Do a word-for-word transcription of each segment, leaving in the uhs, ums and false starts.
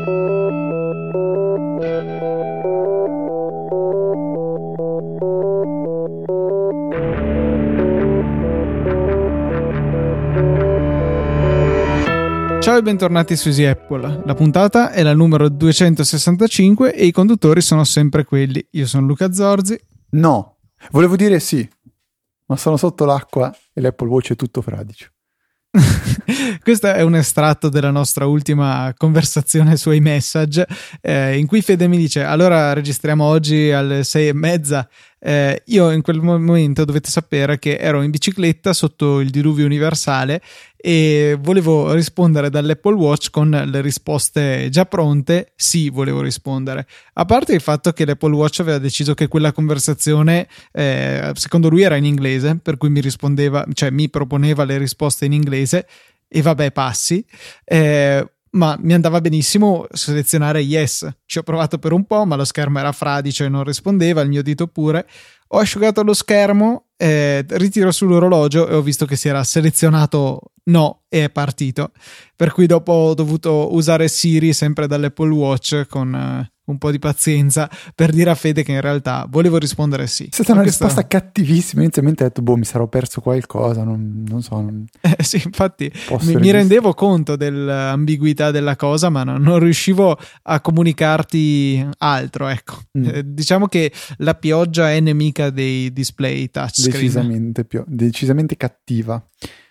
Ciao e bentornati su Easy Apple. La puntata è la numero duecentosessantacinque e i conduttori sono sempre quelli. Io sono Luca Zorzi. No, volevo dire sì, ma sono sotto l'acqua e l'Apple Watch è tutto fradicio. Questo è un estratto della nostra ultima conversazione su iMessage, eh, in cui Fede mi dice: allora registriamo oggi alle sei e mezza. Eh, io in quel momento dovete sapere che ero in bicicletta sotto il diluvio universale e volevo rispondere dall'Apple Watch con le risposte già pronte. Sì, volevo rispondere, a parte il fatto che l'Apple Watch aveva deciso che quella conversazione eh, secondo lui era in inglese, per cui mi rispondeva, cioè mi proponeva le risposte in inglese e vabbè, passi. eh, ma mi andava benissimo selezionare yes. Ci ho provato per un po', ma lo schermo era fradicio e non rispondeva, il mio dito pure. Ho asciugato lo schermo, eh, ritiro sull'orologio e ho visto che si era selezionato no e è partito, per cui dopo ho dovuto usare Siri sempre dall'Apple Watch con eh, un po' di pazienza per dire a Fede che in realtà volevo rispondere sì. È stata una questa... risposta cattivissima. Inizialmente ho detto boh, mi sarò perso qualcosa, non, non so non... Eh, sì, infatti mi, mi rendevo conto dell'ambiguità della cosa, ma no, non riuscivo a comunicarti altro, ecco. Mm. Eh, diciamo che la pioggia è nemica dei display touchscreen. Decisamente, più, decisamente cattiva.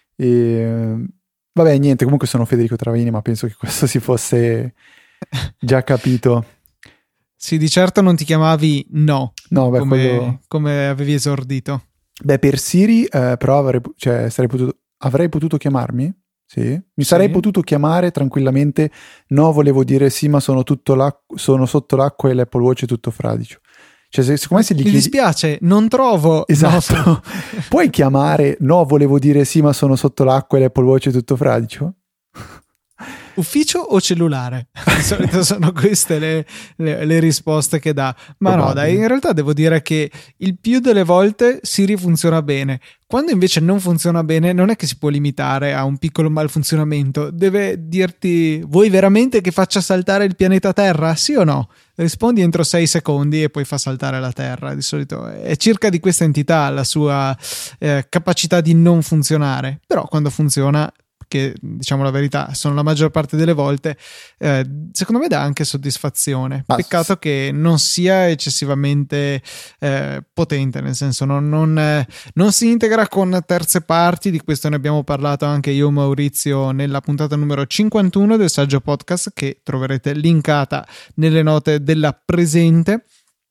E vabbè, niente, comunque sono Federico Travini, ma penso che questo si fosse già capito. Sì, di certo non ti chiamavi no, no beh, come, quello... come avevi esordito. Beh, per Siri eh, però avrei, cioè, sarei potuto, avrei potuto chiamarmi? Sì. Mi sì. sarei potuto chiamare tranquillamente no, volevo dire sì, ma sono, tutto l'acqua, sono sotto l'acqua e l'Apple Watch è tutto fradicio. Cioè, se, siccome se gli Mi chiedi... dispiace, non trovo... Esatto. No. Puoi chiamare no, volevo dire sì, ma sono sotto l'acqua e l'Apple Watch è tutto fradicio? Ufficio o cellulare? Di solito sono queste le, le, le risposte che dà. Ma Probabile. No, dai, in realtà devo dire che il più delle volte Siri funziona bene. Quando invece non funziona bene, non è che si può limitare a un piccolo malfunzionamento. Deve dirti: vuoi veramente che faccia saltare il pianeta Terra? Sì o no? Rispondi entro sei secondi e poi fa saltare la Terra. Di solito è circa di questa entità la sua eh, capacità di non funzionare. Però quando funziona, che diciamo la verità sono la maggior parte delle volte, eh, secondo me dà anche soddisfazione. Ma peccato s- che non sia eccessivamente eh, potente, nel senso non, non, eh, non si integra con terze parti. Di questo ne abbiamo parlato anche io e Maurizio nella puntata numero cinquantuno del Saggio Podcast, che troverete linkata nelle note della presente.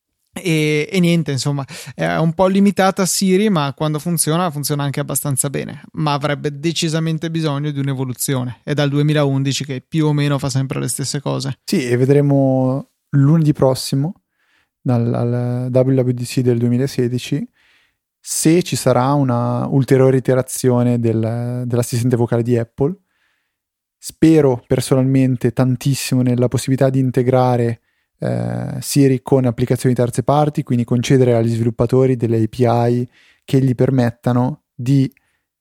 E, e niente, insomma, è un po' limitata Siri, ma quando funziona funziona anche abbastanza bene, ma avrebbe decisamente bisogno di un'evoluzione. È dal duemilaundici che più o meno fa sempre le stesse cose. Sì, e vedremo lunedì prossimo dal al W W D C del duemilasedici se ci sarà una ulteriore iterazione del, dell'assistente vocale di Apple. Spero personalmente tantissimo nella possibilità di integrare Uh, Siri con applicazioni terze parti, quindi concedere agli sviluppatori delle A P I che gli permettano di,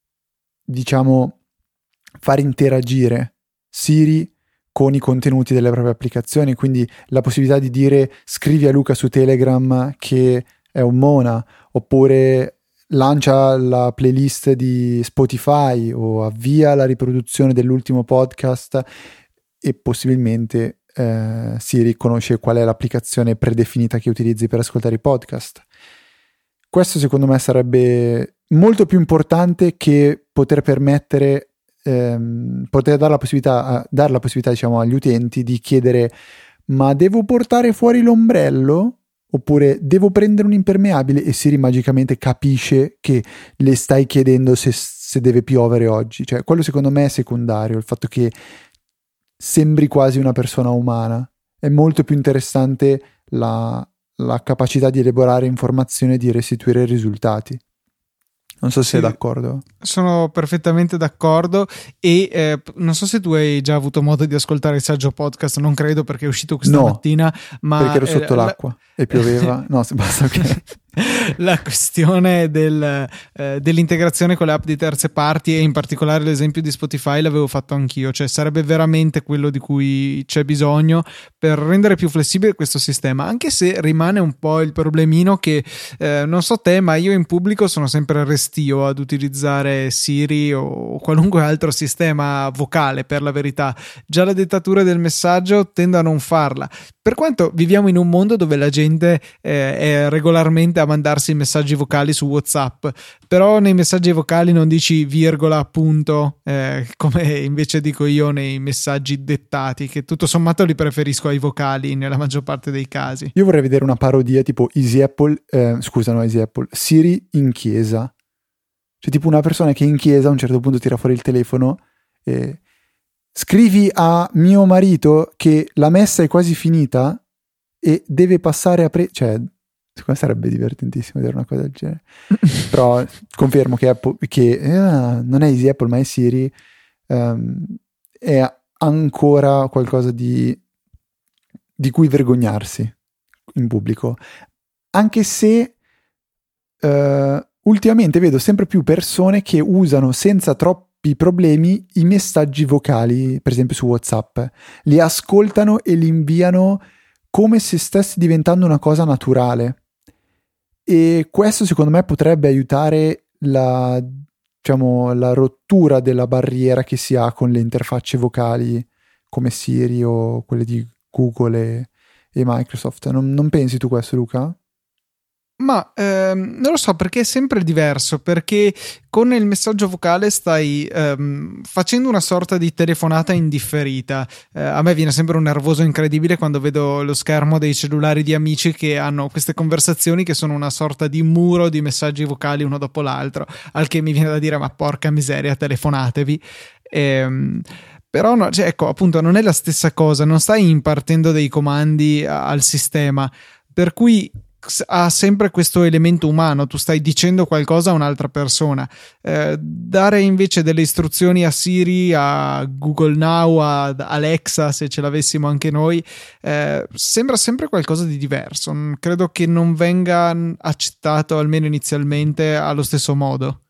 diciamo, far interagire Siri con i contenuti delle proprie applicazioni, quindi la possibilità di dire scrivi a Luca su Telegram che è un Mona, oppure lancia la playlist di Spotify o avvia la riproduzione dell'ultimo podcast, e possibilmente Uh, si riconosce qual è l'applicazione predefinita che utilizzi per ascoltare i podcast. Questo secondo me sarebbe molto più importante che poter permettere ehm, poter dare la possibilità, dare la possibilità diciamo agli utenti di chiedere: ma devo portare fuori l'ombrello? Oppure devo prendere un impermeabile? E Siri magicamente capisce che le stai chiedendo se, se deve piovere oggi. Cioè, quello secondo me è secondario, il fatto che sembri quasi una persona umana. È molto più interessante la, la capacità di elaborare informazioni e di restituire risultati. Non so se sì, sei d'accordo. Sono perfettamente d'accordo. E eh, non so se tu hai già avuto modo di ascoltare il Saggio Podcast. Non credo, perché è uscito questa no, mattina, ma perché ero sotto eh, l'acqua la... e pioveva. No, basta che La questione del, eh, dell'integrazione con le app di terze parti, e in particolare l'esempio di Spotify l'avevo fatto anch'io, cioè sarebbe veramente quello di cui c'è bisogno per rendere più flessibile questo sistema, anche se rimane un po' il problemino che eh, non so te, ma io in pubblico sono sempre restio ad utilizzare Siri o qualunque altro sistema vocale, per la verità. Già la dettatura del messaggio tendo a non farla, per quanto viviamo in un mondo dove la gente eh, è regolarmente a mandarsi messaggi vocali su WhatsApp, però nei messaggi vocali non dici virgola, punto, eh, come invece dico io nei messaggi dettati, che tutto sommato li preferisco ai vocali nella maggior parte dei casi. Io vorrei vedere una parodia tipo Easy Apple, eh, scusa no Easy Apple, Siri in chiesa, cioè tipo una persona che in chiesa a un certo punto tira fuori il telefono e scrivi a mio marito che la messa è quasi finita e deve passare a pre... cioè, secondo me sarebbe divertentissimo vedere una cosa del genere. Però confermo che, Apple, che eh, non è Easy Apple ma è Siri, um, è ancora qualcosa di, di cui vergognarsi in pubblico. Anche se uh, ultimamente vedo sempre più persone che usano senza troppo i problemi i messaggi vocali, per esempio su WhatsApp, li ascoltano e li inviano come se stesse diventando una cosa naturale, e questo secondo me potrebbe aiutare la, diciamo, la rottura della barriera che si ha con le interfacce vocali come Siri o quelle di Google e, e Microsoft. Non, non pensi tu questo, Luca? Ma ehm, non lo so, perché è sempre diverso, perché con il messaggio vocale stai ehm, facendo una sorta di telefonata indifferita. Eh, a me viene sempre un nervoso incredibile quando vedo lo schermo dei cellulari di amici che hanno queste conversazioni che sono una sorta di muro di messaggi vocali uno dopo l'altro, al che mi viene da dire: ma porca miseria, telefonatevi. Ehm, però no, cioè, ecco, appunto, non è la stessa cosa, non stai impartendo dei comandi a- al sistema, per cui ha sempre questo elemento umano, tu stai dicendo qualcosa a un'altra persona. Eh, dare invece delle istruzioni a Siri, a Google Now, a Alexa, se ce l'avessimo anche noi, eh, sembra sempre qualcosa di diverso. Credo che non venga accettato, almeno inizialmente, allo stesso modo.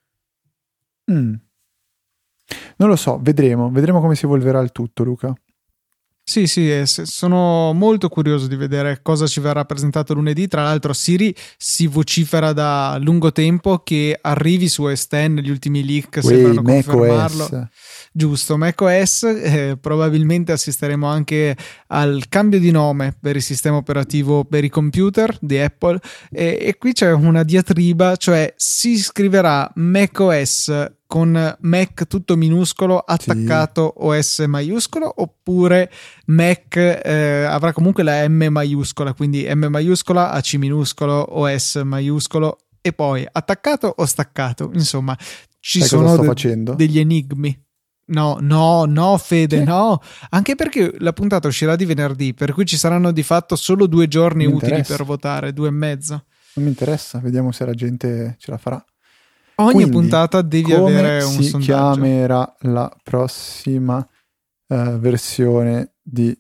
Mm. Non lo so, vedremo, vedremo come si evolverà il tutto, Luca. Sì, sì, sono molto curioso di vedere cosa ci verrà presentato lunedì. Tra l'altro Siri si vocifera da lungo tempo che arrivi su O S X, gli ultimi leak Uè, sembrano confermarlo. macOS. Giusto, macOS, eh, probabilmente assisteremo anche al cambio di nome per il sistema operativo per i computer di Apple, e, e qui c'è una diatriba, cioè si scriverà macOS con Mac tutto minuscolo attaccato sì. O S maiuscolo, oppure Mac eh, avrà comunque la M maiuscola, quindi M maiuscola, A C minuscolo, O S maiuscolo e poi attaccato o staccato. Insomma, ci Sai sono de- degli enigmi. No, no, no, Fede, sì. no. Anche perché la puntata uscirà di venerdì, per cui ci saranno di fatto solo due giorni mi utili interessa. per votare, due e mezzo. Non mi interessa, vediamo se la gente ce la farà. Ogni Quindi, puntata devi avere un si sondaggio. Chiamerà la prossima uh, versione di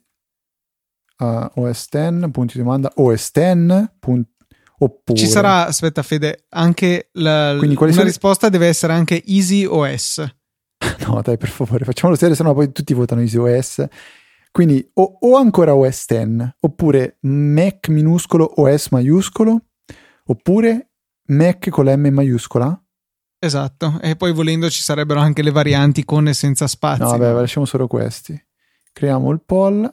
uh, O S X? Punto di domanda. O S X? Punt- oppure... Ci sarà, aspetta Fede, anche la, Quindi, una sono... risposta deve essere anche Easy O S. No, dai, per favore, facciamolo serio, sennò poi tutti votano Easy O S. Quindi o, o ancora O S X, oppure Mac minuscolo O S maiuscolo, oppure Mac con la M maiuscola. Esatto, e poi volendo ci sarebbero anche le varianti con e senza spazi. No, vabbè, lasciamo solo questi. Creiamo il poll,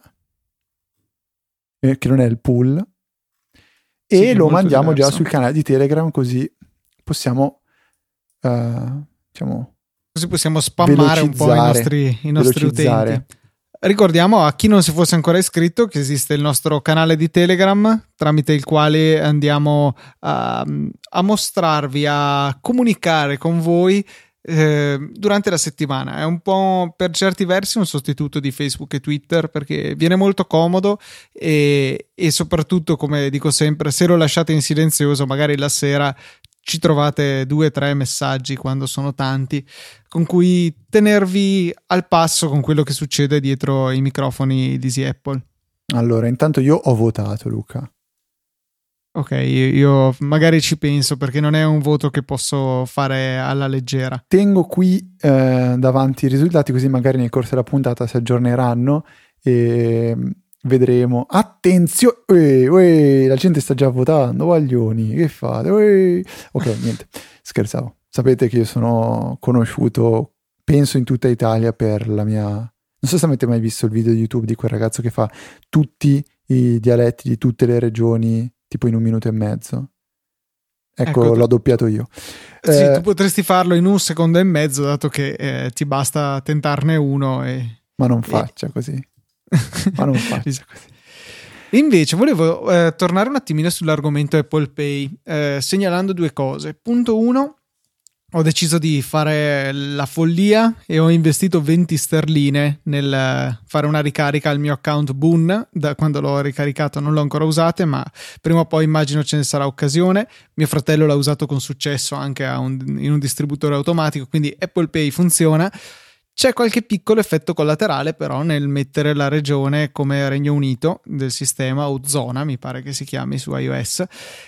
eh, che non è il pool, e sì, lo mandiamo diverso. Già sul canale di Telegram, così possiamo, uh, diciamo, così possiamo spammare un po' i nostri, i nostri utenti. Ricordiamo a chi non si fosse ancora iscritto che esiste il nostro canale di Telegram, tramite il quale andiamo a, a mostrarvi, a comunicare con voi eh, durante la settimana. È un po' per certi versi un sostituto di Facebook e Twitter, perché viene molto comodo e, e soprattutto, come dico sempre, se lo lasciate in silenzioso magari la sera ci trovate due o tre messaggi, quando sono tanti, con cui tenervi al passo con quello che succede dietro i microfoni di Easy Apple. Allora, intanto io ho votato, Luca. Ok, io, io magari ci penso, perché non è un voto che posso fare alla leggera. Tengo qui eh, davanti i risultati, così magari nel corso della puntata si aggiorneranno e vedremo. Attenzione, la gente sta già votando, guaglioni, che fate? Uè. Ok, niente, scherzavo. Sapete che io sono conosciuto, penso in tutta Italia, per la mia... Non so se avete mai visto il video di YouTube di quel ragazzo che fa tutti i dialetti di tutte le regioni tipo in un minuto e mezzo. Ecco, ecco l'ho doppiato io. Sì, eh, tu potresti farlo in un secondo e mezzo, dato che eh, ti basta tentarne uno e... Ma non e... faccia così. Ma non faccia così. Invece volevo eh, tornare un attimino sull'argomento Apple Pay, eh, segnalando due cose. Punto uno, ho deciso di fare la follia e ho investito venti sterline nel fare una ricarica al mio account Boon. Da quando l'ho ricaricato non l'ho ancora usate, ma prima o poi immagino ce ne sarà occasione. Mio fratello l'ha usato con successo anche a un, in un distributore automatico, quindi Apple Pay funziona. C'è qualche piccolo effetto collaterale però nel mettere la regione come Regno Unito del sistema, o zona mi pare che si chiami su iOS,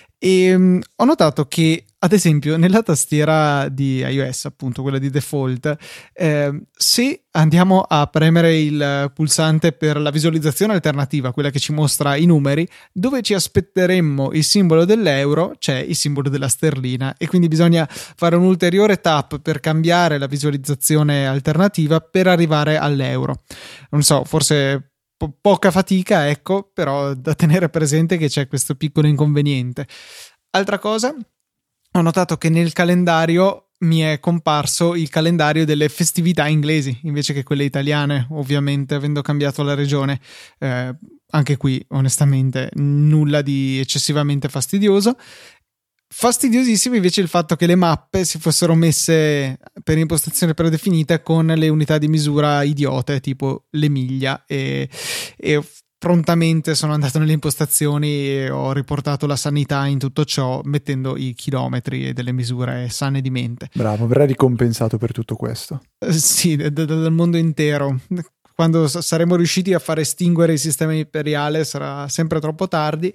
e um, ho notato che ad esempio nella tastiera di iOS, appunto quella di default, eh, se andiamo a premere il pulsante per la visualizzazione alternativa, quella che ci mostra i numeri, dove ci aspetteremmo il simbolo dell'euro c'è il simbolo della sterlina, e quindi bisogna fare un ulteriore tap per cambiare la visualizzazione alternativa per arrivare all'euro. Non so, forse po- poca fatica, ecco, però da tenere presente che c'è questo piccolo inconveniente. Altra cosa, ho notato che nel calendario mi è comparso il calendario delle festività inglesi invece che quelle italiane, ovviamente avendo cambiato la regione. Eh, anche qui onestamente nulla di eccessivamente fastidioso. Fastidiosissimo invece il fatto che le mappe si fossero messe per impostazione predefinita con le unità di misura idiote, tipo le miglia, e, e prontamente sono andato nelle impostazioni e ho riportato la sanità in tutto ciò, mettendo i chilometri e delle misure sane di mente. Bravo, verrai ricompensato per tutto questo. Eh, sì, d- d- dal mondo intero. Quando saremo riusciti a far estinguere il sistema imperiale sarà sempre troppo tardi.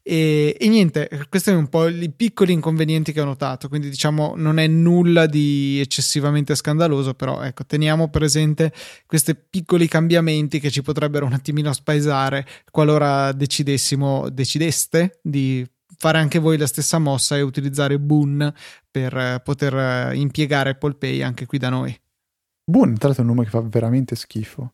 E, e niente, questi sono un po' i piccoli inconvenienti che ho notato, quindi diciamo non è nulla di eccessivamente scandaloso, però ecco, teniamo presente questi piccoli cambiamenti che ci potrebbero un attimino spaesare qualora decidessimo, decideste di fare anche voi la stessa mossa e utilizzare Boon per poter impiegare Apple Pay anche qui da noi. Boon, tra l'altro è un nome che fa veramente schifo.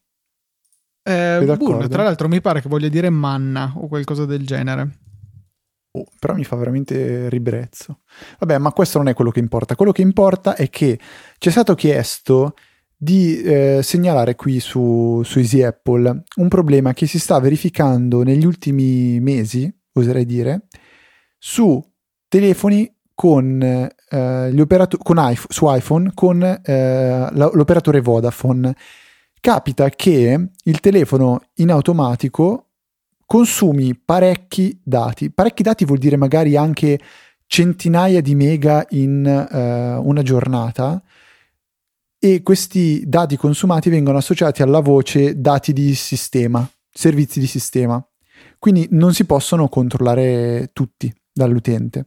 Eh, Boon, tra l'altro mi pare che voglia dire manna o qualcosa del genere. Oh, però mi fa veramente ribrezzo. Vabbè, ma questo non è quello che importa. Quello che importa è che ci è stato chiesto di eh, segnalare qui su, su Easy Apple un problema che si sta verificando negli ultimi mesi, oserei dire, su telefoni con eh, gli operatori con iPhone, su iPhone con eh, l'operatore Vodafone. Capita che il telefono in automatico consumi parecchi dati. Parecchi dati vuol dire magari anche centinaia di mega in uh, una giornata, e questi dati consumati vengono associati alla voce dati di sistema, servizi di sistema. Quindi non si possono controllare tutti dall'utente.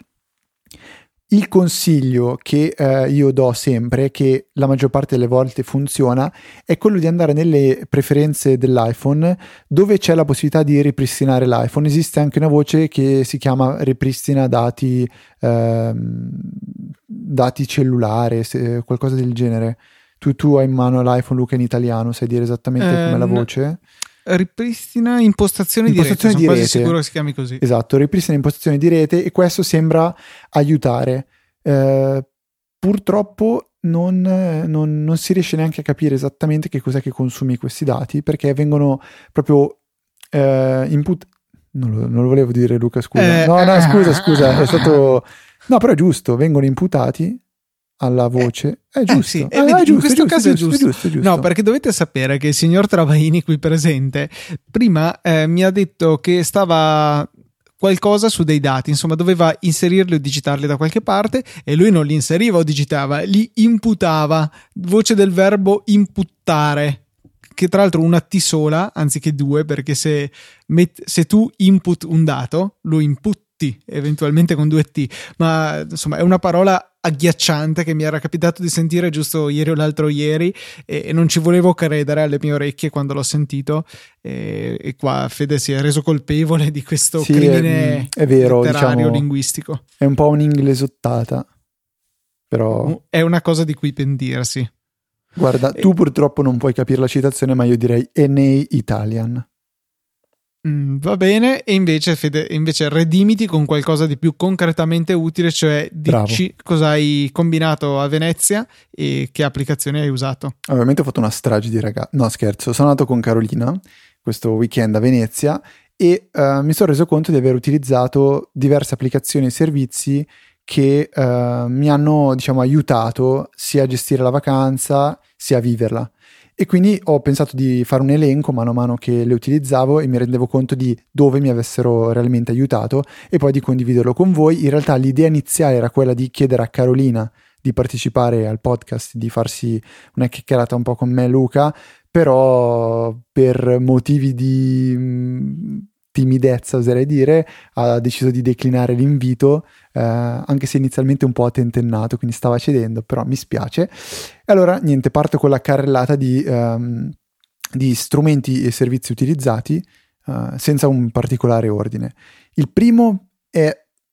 Il consiglio che eh, io do sempre, che la maggior parte delle volte funziona, è quello di andare nelle preferenze dell'iPhone, dove c'è la possibilità di ripristinare l'iPhone. Esiste anche una voce che si chiama ripristina dati ehm, dati cellulare, se, qualcosa del genere. Tu, tu hai in mano l'iPhone, Luca, in italiano, sai dire esattamente eh, com'è la voce? Ripristina impostazioni, impostazioni di rete, sono quasi sicuro che si chiami così. Esatto, ripristina impostazioni di rete, e questo sembra aiutare. Eh, purtroppo non, non, non si riesce neanche a capire esattamente che cos'è che consumi questi dati, perché vengono proprio eh, input. Non lo, non lo volevo dire, Luca, scusa. Eh, no, no, scusa, scusa, è stato. No, però è giusto, vengono imputati alla voce, è giusto, eh sì, ah, vedi, è giusto, in questo è giusto, caso è è giusto, giusto. È giusto, è giusto. No, perché dovete sapere che il signor Travaini qui presente prima eh, mi ha detto che stava qualcosa su dei dati, insomma doveva inserirli o digitarli da qualche parte, e lui non li inseriva o digitava, li imputava, voce del verbo imputtare, che tra l'altro una T sola anziché due, perché se, met- se tu input un dato lo input T, eventualmente con due T, ma insomma è una parola agghiacciante che mi era capitato di sentire giusto ieri o l'altro ieri e, e non ci volevo credere alle mie orecchie quando l'ho sentito e, e qua Fede si è reso colpevole di questo sì, crimine è, è vero, letterario, diciamo, linguistico. È un po' un'inglesottata, però è una cosa di cui pentirsi. Guarda, tu purtroppo non puoi capire la citazione, ma io direi N A Italian. Mm, va bene, e invece Fede, invece redimiti con qualcosa di più concretamente utile, cioè dici cosa hai combinato a Venezia e che applicazioni hai usato. Ovviamente ho fatto una strage di ragazzi. No, scherzo, sono andato con Carolina questo weekend a Venezia e uh, mi sono reso conto di aver utilizzato diverse applicazioni e servizi che uh, mi hanno, diciamo, aiutato sia a gestire la vacanza sia a viverla. E quindi ho pensato di fare un elenco mano a mano che le utilizzavo e mi rendevo conto di dove mi avessero realmente aiutato e poi di condividerlo con voi. In realtà l'idea iniziale era quella di chiedere a Carolina di partecipare al podcast, di farsi una chiacchierata un po' con me e Luca, però per motivi di mh, timidezza, oserei dire, ha deciso di declinare l'invito, eh, anche se inizialmente un po' a tentennato, quindi stava cedendo, però mi spiace. E allora niente, parto con la carrellata di, um, di strumenti e servizi utilizzati uh, senza un particolare ordine. Il primo è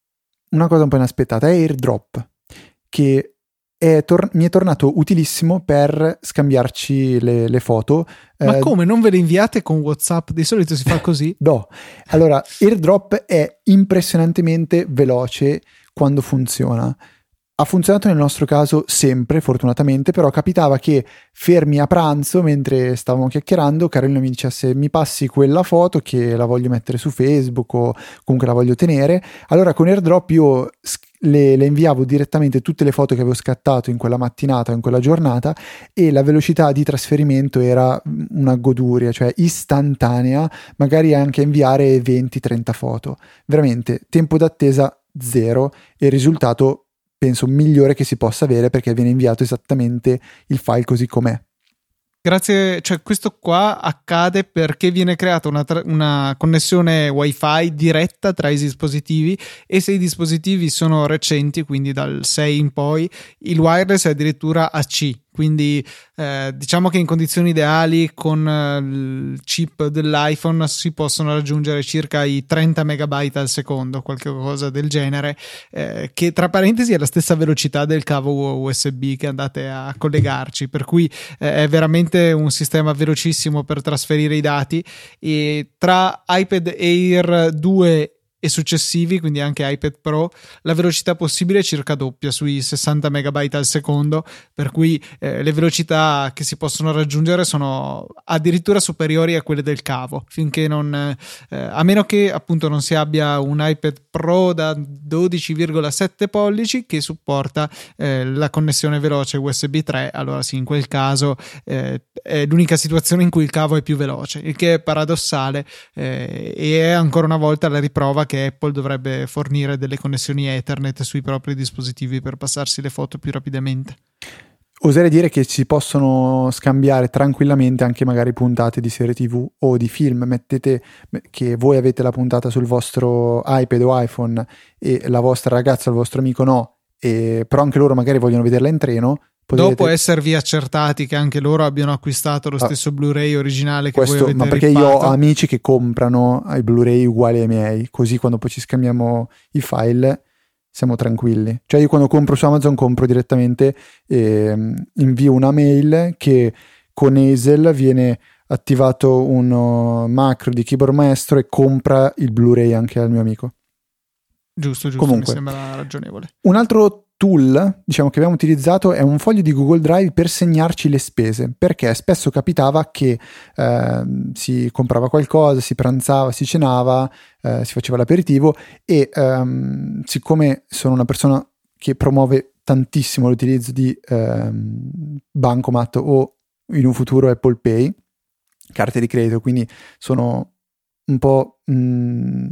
una cosa un po' inaspettata, è AirDrop, che è tor- mi è tornato utilissimo per scambiarci le, le foto. Ma eh, come? Non ve le inviate con WhatsApp? Di solito si fa così? No. Allora, AirDrop è impressionantemente veloce quando funziona. Ha funzionato nel nostro caso sempre, fortunatamente, però capitava che fermi a pranzo, mentre stavamo chiacchierando, Carolina mi dicesse mi passi quella foto che la voglio mettere su Facebook o comunque la voglio tenere. Allora con AirDrop io le, le inviavo direttamente tutte le foto che avevo scattato in quella mattinata o in quella giornata e la velocità di trasferimento era una goduria, cioè istantanea, magari anche inviare venti trenta foto. Veramente, tempo d'attesa zero e il risultato penso migliore che si possa avere perché viene inviato esattamente il file così com'è. Grazie, cioè questo qua accade perché viene creata una, tra- una connessione wifi diretta tra i dispositivi e se i dispositivi sono recenti, quindi dal sei in poi, il wireless è addirittura A C. Quindi eh, diciamo che in condizioni ideali con eh, il chip dell'iPhone si possono raggiungere circa i trenta megabyte al secondo, qualche cosa del genere, eh, che tra parentesi è la stessa velocità del cavo U S B che andate a collegarci, per cui eh, è veramente un sistema velocissimo per trasferire i dati. E tra iPad Air due e successivi, quindi anche iPad Pro, la velocità possibile è circa doppia, sui sessanta megabyte al secondo, per cui eh, le velocità che si possono raggiungere sono addirittura superiori a quelle del cavo, finché non eh, a meno che appunto non si abbia un iPad Pro da dodici virgola sette pollici che supporta eh, la connessione veloce U S B tre, allora sì, in quel caso eh, è l'unica situazione in cui il cavo è più veloce, il che è paradossale eh, e è ancora una volta la riprova che che Apple dovrebbe fornire delle connessioni Ethernet sui propri dispositivi per passarsi le foto più rapidamente. Oserei dire che si possono scambiare tranquillamente anche magari puntate di serie tivù o di film. Mettete che voi avete la puntata sul vostro iPad o iPhone e la vostra ragazza o il vostro amico no, e però anche loro magari vogliono vederla in treno. Potete... Dopo esservi accertati che anche loro abbiano acquistato lo stesso ah, Blu-ray originale che questo, voi avete ma perché rippato. Io ho amici che comprano i Blu-ray uguali ai miei, così quando poi ci scambiamo i file siamo tranquilli. Cioè io quando compro su Amazon compro direttamente e invio una mail che con Hazel viene attivato un macro di Keyboard Maestro e compra il Blu-ray anche al mio amico. Giusto, giusto, Comunque, mi sembra ragionevole. Un altro tool, diciamo, che abbiamo utilizzato è un foglio di Google Drive per segnarci le spese, perché spesso capitava che eh, si comprava qualcosa, si pranzava, si cenava, eh, si faceva l'aperitivo e ehm, siccome sono una persona che promuove tantissimo l'utilizzo di ehm, Bancomat o in un futuro Apple Pay, carte di credito, quindi sono un po' mh,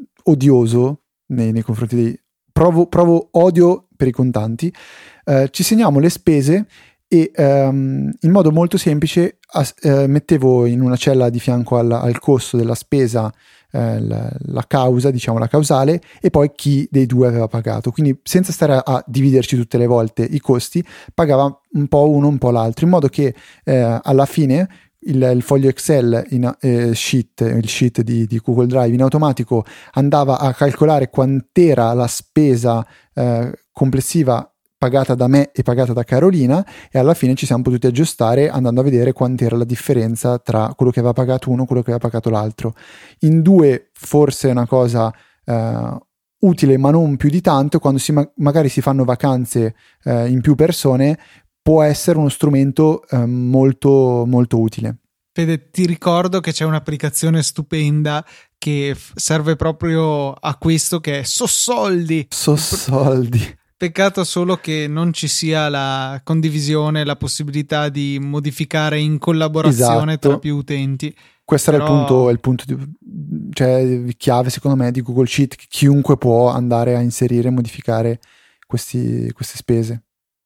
odioso nei, nei confronti dei provo, provo odio per i contanti, eh, ci segniamo le spese e um, in modo molto semplice as- eh, mettevo in una cella di fianco al, al costo della spesa eh, la, la causa, diciamo la causale, e poi chi dei due aveva pagato, quindi senza stare a, a dividerci tutte le volte i costi, pagava un po' uno un po' l'altro, in modo che eh, alla fine il, il foglio Excel in, eh, sheet, il sheet di, di Google Drive in automatico andava a calcolare quant'era la spesa eh, complessiva pagata da me e pagata da Carolina, e alla fine ci siamo potuti aggiustare andando a vedere quant'era la differenza tra quello che aveva pagato uno e quello che aveva pagato l'altro. In due forse è una cosa eh, utile, ma non più di tanto. Quando si ma- magari si fanno vacanze eh, in più persone, può essere uno strumento eh, molto molto utile. Fede, ti ricordo che c'è un'applicazione stupenda che f- serve proprio a questo, che è Sossoldi. Sossoldi. Peccato solo che non ci sia la condivisione, la possibilità di modificare in collaborazione esatto. tra più utenti. Questo Però... era il punto, il punto di, cioè, chiave secondo me di Google Sheet, che chiunque può andare a inserire e modificare questi, queste spese.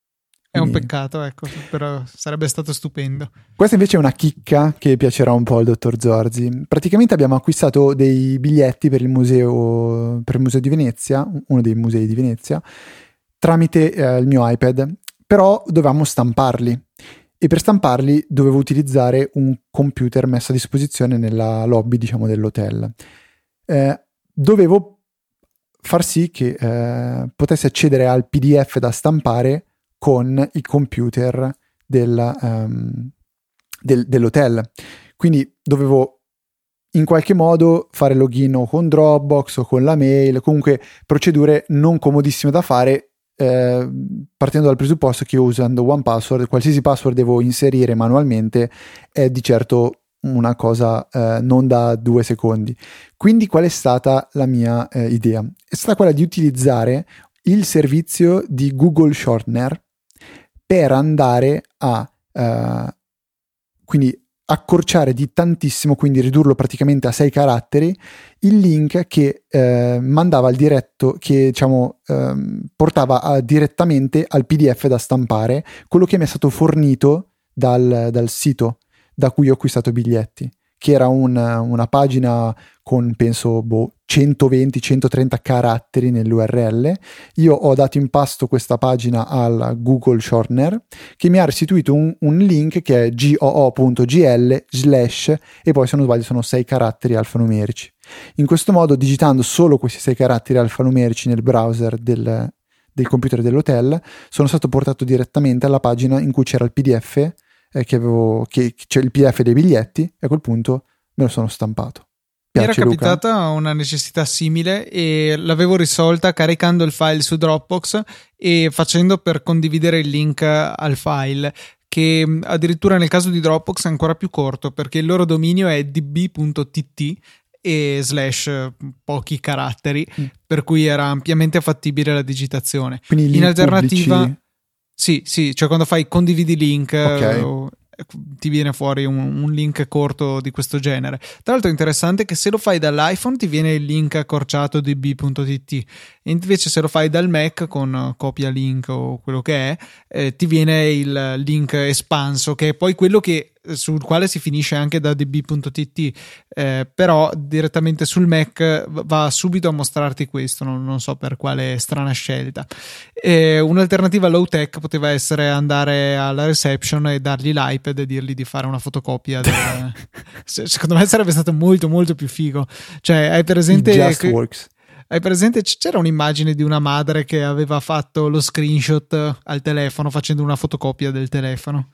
È un peccato, ecco, però sarebbe stato stupendo. Questa invece è una chicca che piacerà un po' al dottor Zorzi. Praticamente abbiamo acquistato dei biglietti per il museo, per il museo di Venezia, uno dei musei di Venezia, tramite eh, il mio iPad, però dovevamo stamparli, e per stamparli dovevo utilizzare un computer messo a disposizione nella lobby, diciamo, dell'hotel. Eh, dovevo far sì che eh, potessi accedere al P D F da stampare con il computer del, um, del, dell'hotel, quindi dovevo in qualche modo fare login o con Dropbox o con la mail, comunque procedure non comodissime da fare, eh, partendo dal presupposto che io, usando one password, qualsiasi password devo inserire manualmente, è di certo una cosa eh, non da due secondi. Quindi qual è stata la mia eh, idea? È stata quella di utilizzare il servizio di Google Shortener per andare a uh, quindi accorciare di tantissimo, quindi ridurlo praticamente a sei caratteri, il link che eh, mandava al diretto, che diciamo eh, portava a, direttamente al P D F da stampare, quello che mi è stato fornito dal, dal sito da cui ho acquistato i biglietti, che era un, una pagina con penso boh, centoventi centotrenta caratteri nell'U R L. Io ho dato in pasto questa pagina al Google Shortener, che mi ha restituito un, un link che è goo.gl slash e poi, se non sbaglio, sono sei caratteri alfanumerici. In questo modo, digitando solo questi sei caratteri alfanumerici nel browser del, del computer dell'hotel, sono stato portato direttamente alla pagina in cui c'era il P D F, eh, che avevo, che c'è il P D F dei biglietti, e a quel punto me lo sono stampato. Mi era capitata Luca? Una necessità simile e l'avevo risolta caricando il file su Dropbox e facendo per condividere il link al file, che addirittura nel caso di Dropbox è ancora più corto, perché il loro dominio è db.tt e slash pochi caratteri, mm. per cui era ampiamente fattibile la digitazione. Quindi in alternativa pubblici... sì, sì, cioè quando fai condividi link, okay. o, ti viene fuori un, un link corto di questo genere. Tra l'altro è interessante che se lo fai dall'iPhone ti viene il link accorciato db.tt, e invece se lo fai dal Mac con copia link o quello che è, eh, ti viene il link espanso, che è poi quello che sul quale si finisce anche da db.tt, eh, però direttamente sul Mac va subito a mostrarti questo, non, non so per quale strana scelta. Eh, un'alternativa low tech poteva essere andare alla reception e dargli l'iPad e dirgli di fare una fotocopia del... secondo me sarebbe stato molto molto più figo. Cioè, hai presente Just che... works. Hai presente? C'era un'immagine di una madre che aveva fatto lo screenshot al telefono facendo una fotocopia del telefono.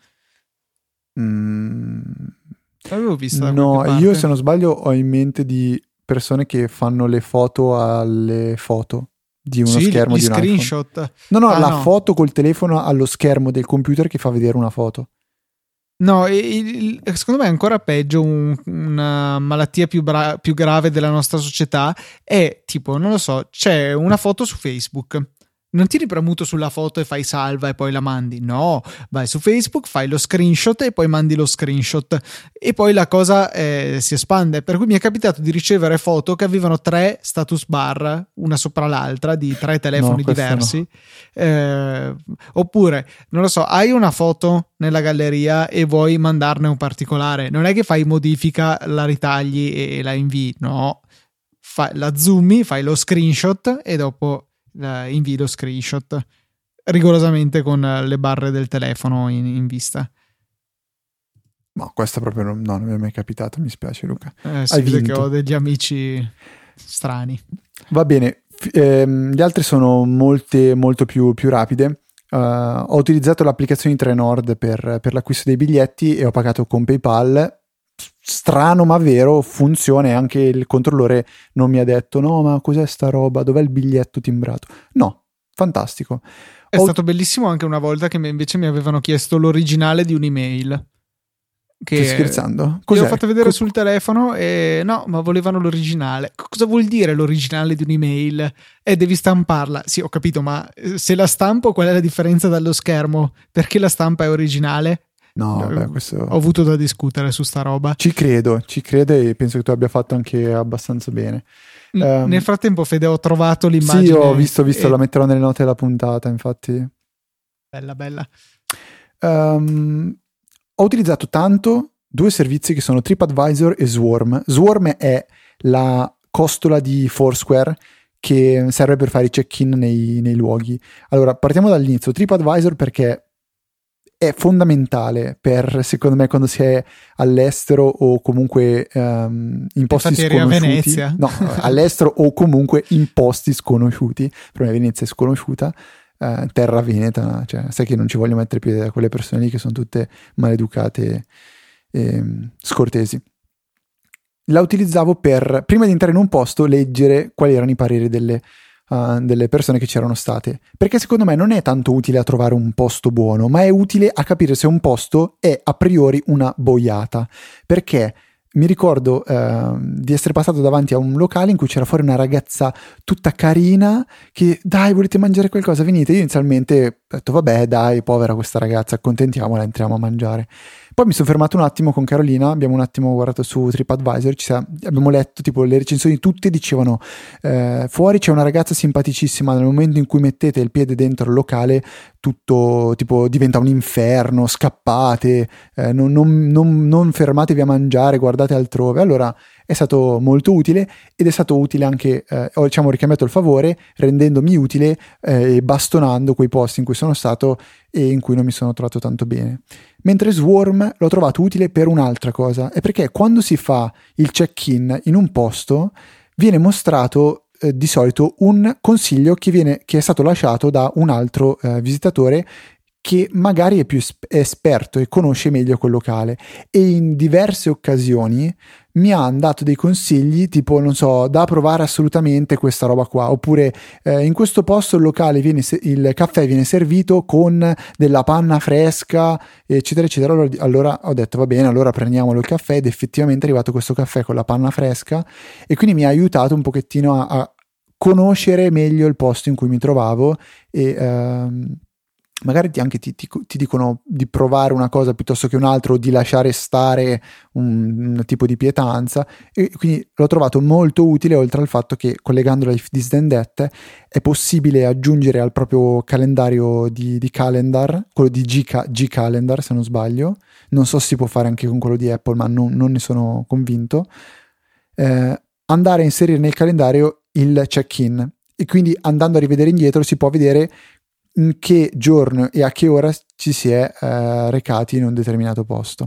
Mm. L'avevo vista. No, io se non sbaglio ho in mente di persone che fanno le foto alle foto di uno sì, schermo gli di un screenshot. iPhone. No, no, ah, la no. foto col telefono allo schermo del computer che fa vedere una foto. No, il, il, secondo me è ancora peggio. Un, una malattia più, bra- più grave della nostra società è tipo, non lo so, c'è una foto su Facebook non tieni premuto sulla foto e fai salva e poi la mandi, no, vai su Facebook, fai lo screenshot e poi mandi lo screenshot e poi la cosa eh, si espande. Per cui mi è capitato di ricevere foto che avevano tre status bar una sopra l'altra di tre telefoni no, diversi no. eh, oppure non lo so, hai una foto nella galleria e vuoi mandarne un particolare, non è che fai modifica, la ritagli e la invii, no, fai, la zoomi, fai lo screenshot e dopo invii lo screenshot rigorosamente con le barre del telefono in, in vista. No, questo proprio non, no, non mi è mai capitato, mi spiace Luca. Eh, si vede che ho degli amici strani. Va bene, F- ehm, gli altri sono molte molto più, più rapide. Uh, ho utilizzato l'applicazione di Trenord per, per l'acquisto dei biglietti e ho pagato con PayPal. Strano ma vero, funziona, e anche il controllore non mi ha detto no ma cos'è sta roba, dov'è il biglietto timbrato, no, fantastico. È Ho... stato bellissimo anche una volta che invece mi avevano chiesto l'originale di un'email. Che Stai scherzando? Cos'è? L'ho fatto vedere Co- sul telefono e no, ma volevano l'originale. Cosa vuol dire l'originale di un'email? Eh, devi stamparla. Sì, ho capito, ma se la stampo qual è la differenza dallo schermo? Perché la stampa è originale? No, beh, questo... Ho avuto da discutere su sta roba. Ci credo, ci credo e penso che tu abbia fatto anche abbastanza bene. N- um, nel frattempo, Fede, ho trovato l'immagine. Sì, ho visto, visto e... la metterò nelle note della puntata, infatti. Bella, bella. Um, ho utilizzato tanto due servizi che sono TripAdvisor e Swarm. Swarm è la costola di Foursquare che serve per fare i check-in nei, nei luoghi. Allora, partiamo dall'inizio. TripAdvisor perché è fondamentale per, secondo me, quando si è all'estero o comunque um, in posti Infatti sconosciuti. A Venezia. No, all'estero o comunque in posti sconosciuti. Per me Venezia è sconosciuta, uh, terra veneta, cioè sai che non ci voglio mettere piede da quelle persone lì che sono tutte maleducate e um, scortesi. La utilizzavo per, prima di entrare in un posto, leggere quali erano i pareri delle Uh, delle persone che c'erano state, perché secondo me non è tanto utile a trovare un posto buono, ma è utile a capire se un posto è a priori una boiata. Perché mi ricordo uh, di essere passato davanti a un locale in cui c'era fuori una ragazza tutta carina che dai, volete mangiare qualcosa, venite. Io inizialmente ho detto vabbè dai, povera questa ragazza, accontentiamola, entriamo a mangiare. Poi mi sono fermato un attimo con Carolina, abbiamo un attimo guardato su TripAdvisor, ci sa, abbiamo letto tipo le recensioni, tutte dicevano eh, fuori c'è una ragazza simpaticissima, nel momento in cui mettete il piede dentro il locale tutto tipo diventa un inferno, scappate, eh, non, non, non, non fermatevi a mangiare, guardate altrove. Allora è stato molto utile ed è stato utile anche, eh, ho diciamo ricambiato il favore rendendomi utile e eh, bastonando quei posti in cui sono stato e in cui non mi sono trovato tanto bene. Mentre Swarm l'ho trovato utile per un'altra cosa, è perché quando si fa il check-in in un posto viene mostrato eh, di solito un consiglio che, viene, che è stato lasciato da un altro eh, visitatore che magari è più esperto e conosce meglio quel locale, e in diverse occasioni mi ha dato dei consigli tipo, non so, da provare assolutamente questa roba qua, oppure eh, in questo posto il locale viene il caffè viene servito con della panna fresca, eccetera eccetera. Allora, allora ho detto va bene, allora prendiamolo il caffè, ed effettivamente è arrivato questo caffè con la panna fresca, e quindi mi ha aiutato un pochettino a, a conoscere meglio il posto in cui mi trovavo e ehm, magari ti, anche ti, ti, ti dicono di provare una cosa piuttosto che un altro, di lasciare stare un, un tipo di pietanza, e quindi l'ho trovato molto utile, oltre al fatto che collegandolo a If This Then That è possibile aggiungere al proprio calendario di, di calendar, quello di G, G Calendar se non sbaglio, non so se si può fare anche con quello di Apple, ma non, non ne sono convinto, eh, andare a inserire nel calendario il check-in, e quindi andando a rivedere indietro si può vedere in che giorno e a che ora ci si è eh, recati in un determinato posto.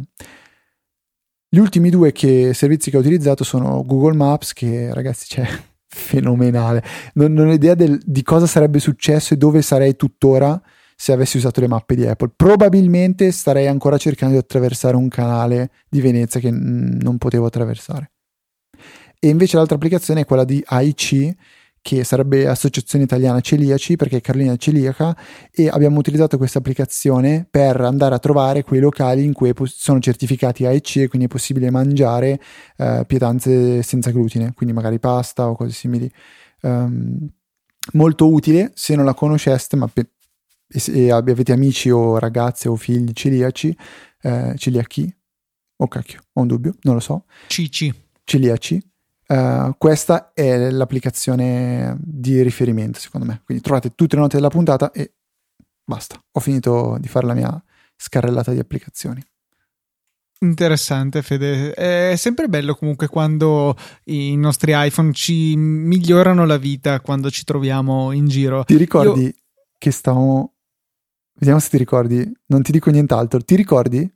Gli ultimi due che, servizi che ho utilizzato sono Google Maps, che ragazzi c'è cioè, fenomenale, non, non ho idea del, di cosa sarebbe successo e dove sarei tuttora se avessi usato le mappe di Apple. Probabilmente starei ancora cercando di attraversare un canale di Venezia che mh, non potevo attraversare. E invece l'altra applicazione è quella di A I C, che sarebbe Associazione Italiana Celiaci, perché Carolina è celiaca, e abbiamo utilizzato questa applicazione per andare a trovare quei locali in cui sono certificati A I C e quindi è possibile mangiare eh, pietanze senza glutine, quindi magari pasta o cose simili. Um, molto utile se non la conosceste, ma pe- e se avete amici o ragazze o figli celiaci, eh, celiachi, o cacchio, ho un dubbio, non lo so. Cici. Celiaci. Uh, questa è l'applicazione di riferimento, secondo me. Quindi trovate tutte le note della puntata e basta. Ho finito di fare la mia scarrellata di applicazioni. Interessante, Fede. È sempre bello comunque quando i nostri iPhone ci migliorano la vita quando ci troviamo in giro. Ti ricordi Io... che stavamo... Vediamo se ti ricordi. Non ti dico nient'altro. Ti ricordi?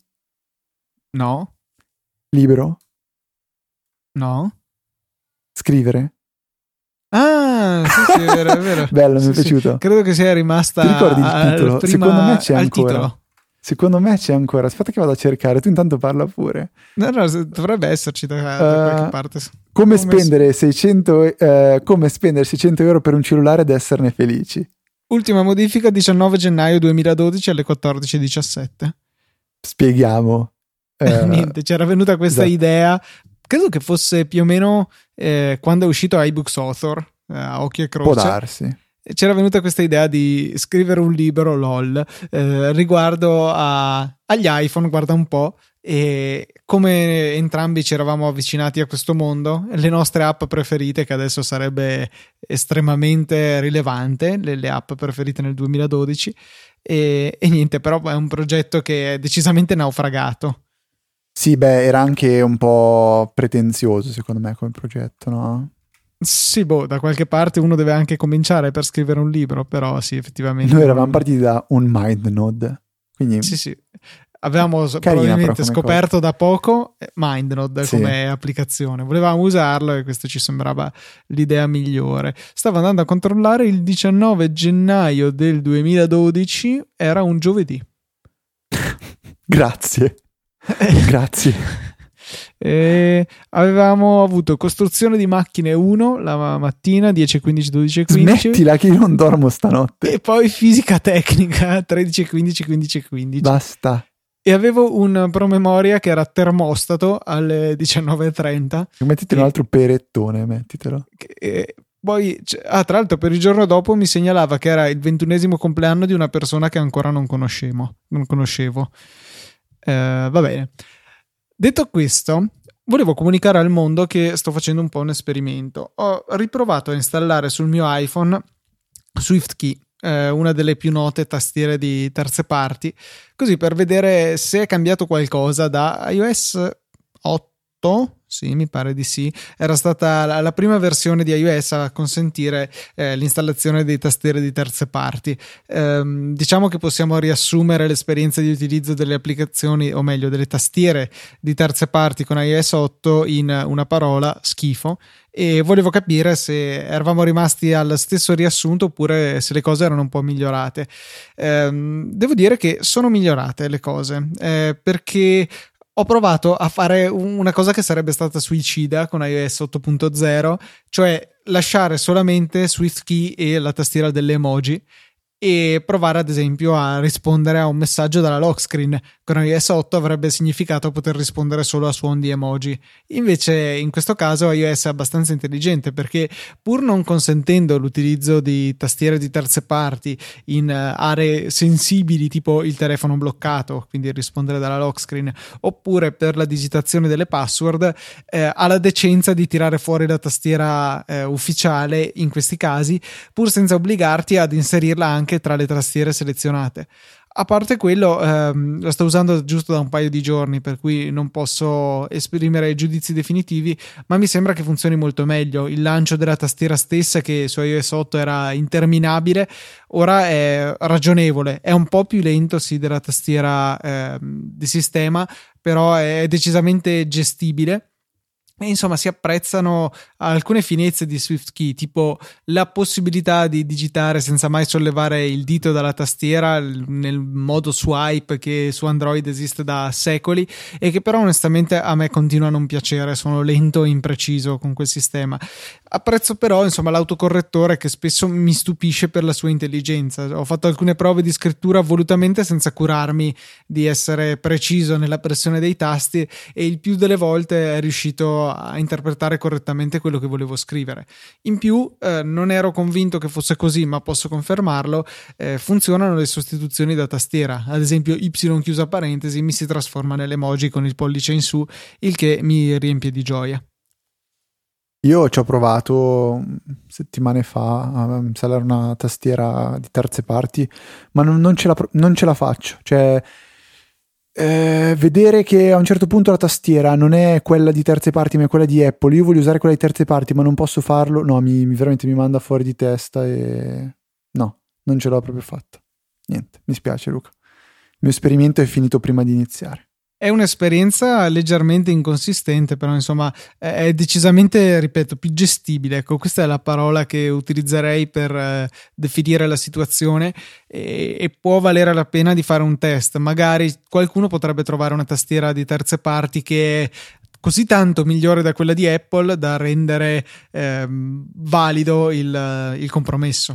No. Libro? No. Scrivere? Ah, sì, sì, è vero, è vero. Bello, sì, mi è sì. piaciuto. Credo che sia rimasta. Ti ricordi il titolo? Prima, Secondo me c'è al ancora. Titolo. Secondo me c'è ancora. Aspetta che vado a cercare. Tu intanto parla pure. No, no, dovrebbe esserci da, da qualche uh, parte. Come spendere seicento uh, come spendere seicento euro per un cellulare ed esserne felici. Ultima modifica diciannove gennaio duemiladodici alle quattordici e diciassette. Spieghiamo. Uh, Niente, c'era venuta questa esatto. idea. Credo che fosse più o meno eh, quando è uscito iBooks Author, eh, a occhio e croce. Può darsi. C'era venuta questa idea di scrivere un libro, lol, eh, riguardo a, agli iPhone, guarda un po', e come entrambi ci eravamo avvicinati a questo mondo, le nostre app preferite, che adesso sarebbe estremamente rilevante, le, le app preferite nel duemiladodici, e, e niente, però è un progetto che è decisamente naufragato. Sì, beh, era anche un po' pretenzioso secondo me come progetto, no? Sì, boh, da qualche parte uno deve anche cominciare per scrivere un libro, però sì, effettivamente. Noi eravamo partiti da un MindNode, quindi... Sì, sì. Avevamo Carina, probabilmente scoperto cosa. da poco MindNode sì. come applicazione. Volevamo usarlo e questo ci sembrava l'idea migliore. Stavo andando a controllare il diciannove gennaio del duemiladodici, era un giovedì. Grazie. Grazie. E avevamo avuto costruzione di macchine uno la mattina dieci e quindici, dodici e quindici. Smettila che io non dormo stanotte. E poi fisica tecnica tredici e quindici, quindici e quindici. Basta. E avevo un promemoria che era termostato alle diciannove e trenta. Mettiti un altro perettone, mettitelo. E poi, ah, tra l'altro, per il giorno dopo mi segnalava che era il ventunesimo compleanno di una persona che ancora non conoscevo. Non conoscevo. Eh, va bene. Detto questo, volevo comunicare al mondo che sto facendo un po' un esperimento. Ho riprovato a installare sul mio iPhone SwiftKey, eh, una delle più note tastiere di terze parti, così per vedere se è cambiato qualcosa da iOS otto. Sì, mi pare di sì. Era stata la, la prima versione di iOS a consentire eh, l'installazione dei tastiere di terze parti. Ehm, diciamo che possiamo riassumere l'esperienza di utilizzo delle applicazioni, o meglio delle tastiere di terze parti con iOS otto in una parola: schifo. E volevo capire se eravamo rimasti al stesso riassunto oppure se le cose erano un po' migliorate. Ehm, devo dire che sono migliorate le cose, eh, perché ho provato a fare una cosa che sarebbe stata suicida con iOS otto punto zero, cioè lasciare solamente SwiftKey e la tastiera delle emoji e provare ad esempio a rispondere a un messaggio dalla lock screen. Con iOS otto avrebbe significato poter rispondere solo a suon di emoji. Invece in questo caso iOS è abbastanza intelligente, perché pur non consentendo l'utilizzo di tastiere di terze parti in aree sensibili tipo il telefono bloccato, quindi rispondere dalla lock screen, oppure per la digitazione delle password, eh, ha la decenza di tirare fuori la tastiera eh, ufficiale in questi casi, pur senza obbligarti ad inserirla anche tra le tastiere selezionate. A parte quello, ehm, lo sto usando giusto da un paio di giorni, per cui non posso esprimere giudizi definitivi, ma mi sembra che funzioni molto meglio. Il lancio della tastiera stessa, che su iOS otto era interminabile, ora è ragionevole. È un po' più lento sì della tastiera ehm, di sistema, però è decisamente gestibile. E insomma si apprezzano alcune finezze di SwiftKey, tipo la possibilità di digitare senza mai sollevare il dito dalla tastiera nel modo swipe che su Android esiste da secoli e che però onestamente a me continua a non piacere. Sono lento e impreciso con quel sistema. Apprezzo però insomma l'autocorrettore, che spesso mi stupisce per la sua intelligenza. Ho fatto alcune prove di scrittura volutamente senza curarmi di essere preciso nella pressione dei tasti e il più delle volte è riuscito a interpretare correttamente quello che volevo scrivere. In più eh, non ero convinto che fosse così, ma posso confermarlo, eh, funzionano le sostituzioni da tastiera, ad esempio Y chiusa parentesi mi si trasforma nell'emoji con il pollice in su, il che mi riempie di gioia. Io ci ho provato settimane fa a installare una tastiera di terze parti, ma non, non, ce, la, non ce la faccio. Cioè, eh, vedere che a un certo punto la tastiera non è quella di terze parti, ma è quella di Apple. Io voglio usare quella di terze parti, ma non posso farlo. No, mi, mi veramente mi manda fuori di testa e no, non ce l'ho proprio fatta. Niente, mi spiace, Luca. Il mio esperimento è finito prima di iniziare. È un'esperienza leggermente inconsistente, però insomma è decisamente, ripeto, più gestibile. Ecco, questa è la parola che utilizzerei per eh, definire la situazione e, e può valere la pena di fare un test. Magari qualcuno potrebbe trovare una tastiera di terze parti che è così tanto migliore da quella di Apple da rendere ehm, valido il, il compromesso.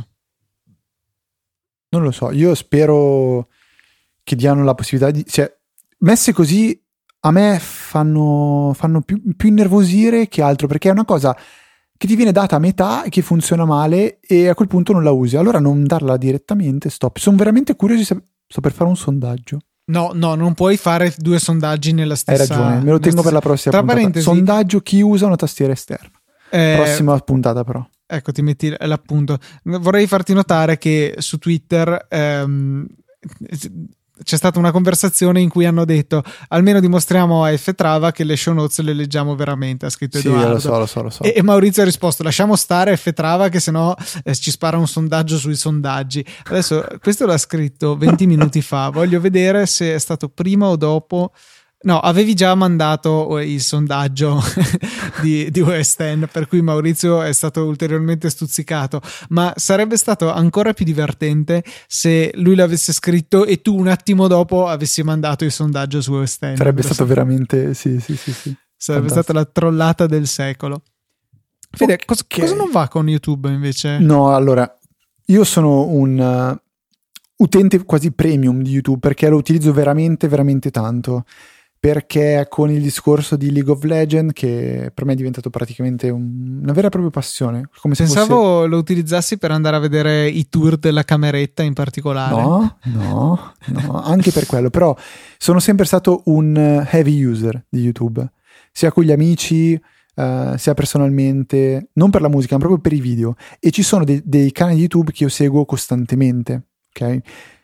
Non lo so, io spero che diano la possibilità di... Cioè, messe così a me fanno, fanno più, più innervosire che altro, perché è una cosa che ti viene data a metà e che funziona male e a quel punto non la usi. Allora non darla direttamente, stop. Sono veramente curioso, sto per fare un sondaggio. No, no, non puoi fare due sondaggi nella stessa... Hai ragione, me lo tengo per la prossima Tra puntata. parentesi, sondaggio chi usa una tastiera esterna. Eh, Prossima puntata però. Ecco, ti metti l'appunto. Vorrei farti notare che su Twitter... Ehm, c'è stata una conversazione in cui hanno detto almeno dimostriamo a F Trava che le show notes le leggiamo veramente, ha scritto sì, Edoardo. Lo so, lo so, lo so. E, e Maurizio ha risposto lasciamo stare F Trava che sennò eh, ci spara un sondaggio sui sondaggi. Adesso questo l'ha scritto venti minuti fa, voglio vedere se è stato prima o dopo. No, avevi già mandato il sondaggio di, di West End, per cui Maurizio è stato ulteriormente stuzzicato, ma sarebbe stato ancora più divertente se lui l'avesse scritto e tu un attimo dopo avessi mandato il sondaggio su West End. Sarebbe stato veramente, sì, sì, sì, sì. Sarebbe Fantastico. Stata la trollata del secolo. Fede, okay. cosa, cosa non va con YouTube invece? No, allora, io sono un uh, utente quasi premium di YouTube perché lo utilizzo veramente, veramente tanto. Perché con il discorso di League of Legends, che per me è diventato praticamente un, una vera e propria passione, come se pensavo fosse... lo utilizzassi per andare a vedere i tour della cameretta in particolare. No, no, no, anche per quello, però sono sempre stato un heavy user di YouTube, sia con gli amici, uh, sia personalmente, non per la musica, ma proprio per i video, e ci sono dei, dei canali YouTube che io seguo costantemente, ok?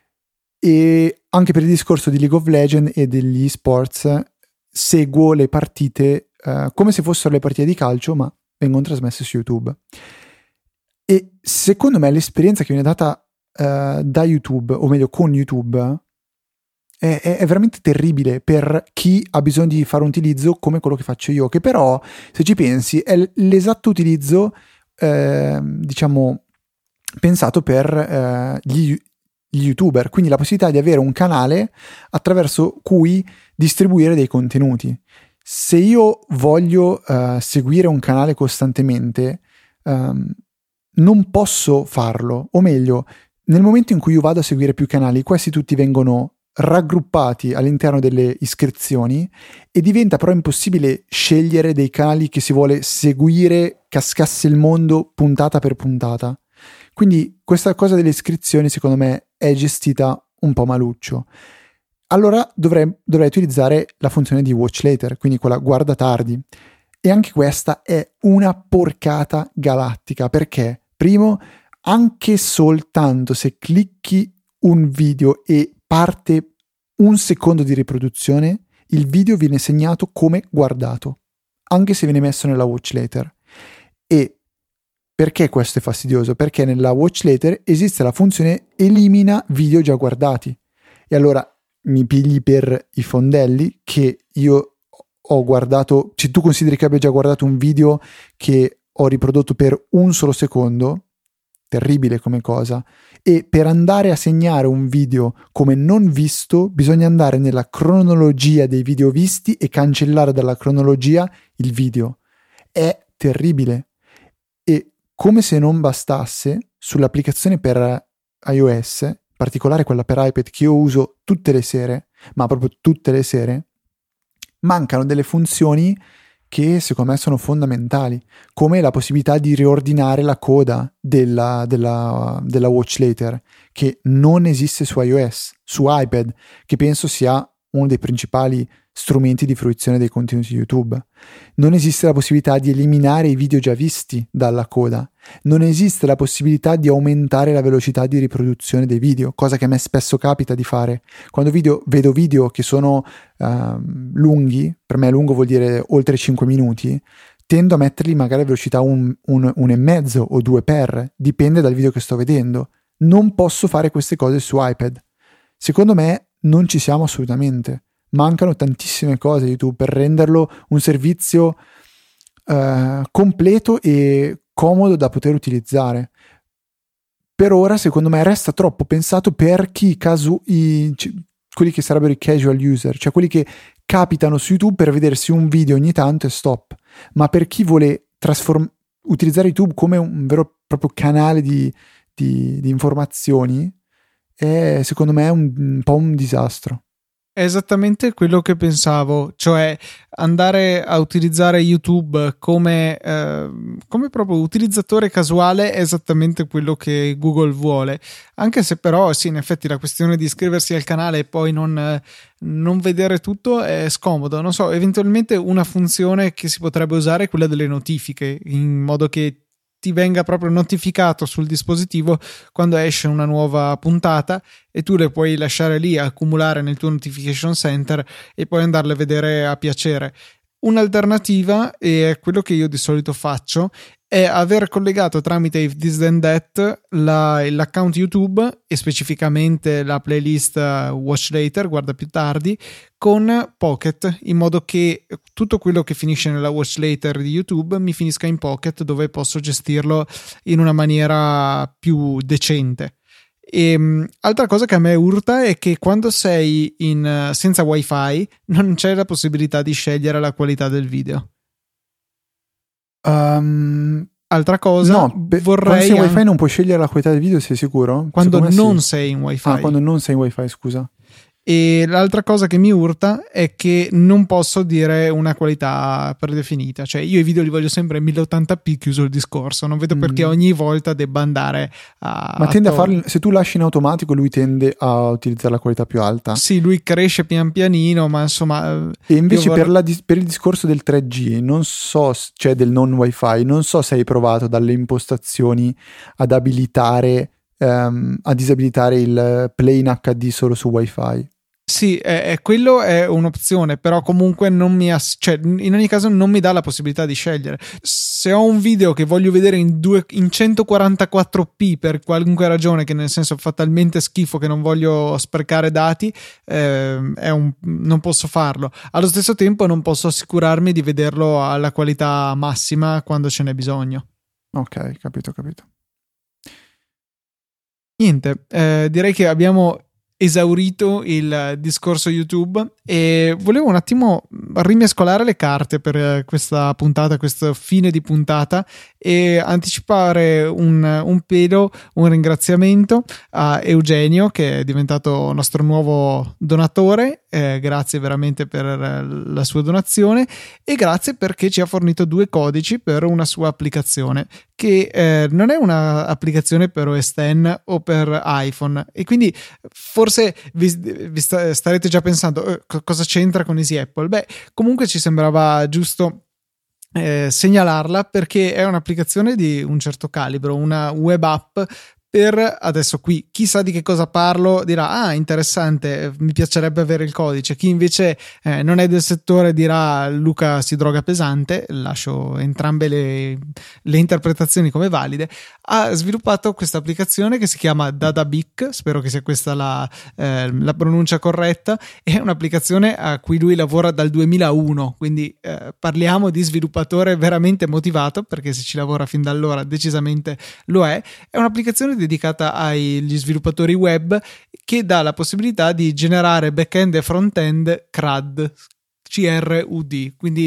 E anche per il discorso di League of Legends e degli esports seguo le partite uh, come se fossero le partite di calcio, ma vengono trasmesse su YouTube. E secondo me l'esperienza che viene data uh, da YouTube, o meglio con YouTube, è, è, è veramente terribile per chi ha bisogno di fare un utilizzo come quello che faccio io, che però, se ci pensi, è l'esatto utilizzo, uh, diciamo, pensato per uh, gli gli YouTuber, quindi la possibilità di avere un canale attraverso cui distribuire dei contenuti. Se io voglio uh, seguire un canale costantemente, um, non posso farlo, o meglio, nel momento in cui io vado a seguire più canali, questi tutti vengono raggruppati all'interno delle iscrizioni e diventa però impossibile scegliere dei canali che si vuole seguire, cascasse il mondo puntata per puntata. Quindi questa cosa delle iscrizioni secondo me è gestita un po' maluccio. Allora dovrei, dovrei utilizzare la funzione di watch later, quindi quella guarda tardi. E anche questa è una porcata galattica, perché primo, anche soltanto se clicchi un video e parte un secondo di riproduzione, il video viene segnato come guardato, anche se viene messo nella watch later. E perché questo è fastidioso? Perché nella watch later esiste la funzione elimina video già guardati. E allora mi pigli per i fondelli che io ho guardato, se tu consideri che abbia già guardato un video che ho riprodotto per un solo secondo, terribile come cosa, e per andare a segnare un video come non visto bisogna andare nella cronologia dei video visti e cancellare dalla cronologia il video. È terribile. E come se non bastasse, sull'applicazione per iOS, in particolare quella per iPad che io uso tutte le sere, ma proprio tutte le sere, mancano delle funzioni che secondo me sono fondamentali, come la possibilità di riordinare la coda della, della, della watch later, che non esiste su iOS, su iPad, che penso sia uno dei principali strumenti di fruizione dei contenuti YouTube. Non esiste la possibilità di eliminare i video già visti dalla coda. Non esiste la possibilità di aumentare la velocità di riproduzione dei video, cosa che a me spesso capita di fare. Quando video, vedo video che sono uh, lunghi, per me lungo vuol dire oltre cinque minuti, tendo a metterli magari a velocità un, un, un e mezzo o due per, dipende dal video che sto vedendo. Non posso fare queste cose su iPad. Secondo me non ci siamo assolutamente. Mancano tantissime cose YouTube per renderlo un servizio uh, completo e comodo da poter utilizzare. Per ora, secondo me, resta troppo pensato per chi casu- i, c- quelli che sarebbero i casual user, cioè quelli che capitano su YouTube per vedersi un video ogni tanto e stop. Ma per chi vuole trasform- utilizzare YouTube come un vero e proprio canale di, di, di informazioni, è secondo me un, un po' un disastro. È esattamente quello che pensavo, cioè andare a utilizzare YouTube come, eh, come proprio utilizzatore casuale è esattamente quello che Google vuole, anche se però sì, in effetti la questione di iscriversi al canale e poi non, non vedere tutto è scomodo. Non so, eventualmente una funzione che si potrebbe usare è quella delle notifiche, in modo che ti venga proprio notificato sul dispositivo quando esce una nuova puntata e tu le puoi lasciare lì, accumulare nel tuo notification center e poi andarle a vedere a piacere. Un'alternativa, e è quello che io di solito faccio, è aver collegato tramite If This Then That la, l'account YouTube e specificamente la playlist Watch Later, guarda più tardi, con Pocket, in modo che tutto quello che finisce nella Watch Later di YouTube mi finisca in Pocket, dove posso gestirlo in una maniera più decente. E, um, altra cosa che a me urta è che quando sei in, uh, senza wifi non c'è la possibilità di scegliere la qualità del video. Um, altra cosa, no, be- vorrei quando sei in wifi an- non puoi scegliere la qualità del video, sei sicuro? quando non sì. sei in wifi. Ah, quando non sei in wifi, scusa. E l'altra cosa che mi urta è che non posso dire una qualità predefinita, cioè io i video li voglio sempre in mille ottanta p, chiuso il discorso, non vedo perché mm. ogni volta debba andare a... Ma tende a, a farlo, se tu lasci in automatico lui tende a utilizzare la qualità più alta. Sì, lui cresce pian pianino, ma insomma... E invece vorrei... per, la, per il discorso del tre G, non so, cioè del non wifi, non so se hai provato dalle impostazioni ad abilitare, um, a disabilitare il play in acca di solo su wifi. Sì, è, è, quello è un'opzione, però comunque non mi ass- cioè, in ogni caso non mi dà la possibilità di scegliere. Se ho un video che voglio vedere in, due, in centoquarantaquattro p per qualunque ragione, che nel senso fa talmente schifo che non voglio sprecare dati, eh, è un, non posso farlo. Allo stesso tempo non posso assicurarmi di vederlo alla qualità massima quando ce n'è bisogno. Ok, capito, capito. Niente, eh, direi che abbiamo esaurito il discorso YouTube e volevo un attimo rimescolare le carte per questa puntata, questo fine di puntata, e anticipare un, un pelo, un ringraziamento a Eugenio, che è diventato nostro nuovo donatore. Eh, grazie veramente per la sua donazione e grazie perché ci ha fornito due codici per una sua applicazione che eh, non è una applicazione per O S X o per iPhone, e quindi forse vi, vi sta, starete già pensando eh, cosa c'entra con Easy Apple. Beh, comunque ci sembrava giusto eh, segnalarla perché è un'applicazione di un certo calibro, una web app per, adesso qui chi sa di che cosa parlo dirà ah interessante, mi piacerebbe avere il codice. Chi invece eh, non è del settore dirà Luca si droga pesante, lascio entrambe le, le interpretazioni come valide. Ha sviluppato questa applicazione che si chiama Dadabic, spero che sia questa la, eh, la pronuncia corretta. È un'applicazione a cui lui lavora dal duemilauno, quindi eh, parliamo di sviluppatore veramente motivato, perché se ci lavora fin da allora decisamente lo è. È un'applicazione dedicata agli sviluppatori web che dà la possibilità di generare back-end e front-end C R U D, C R U D, quindi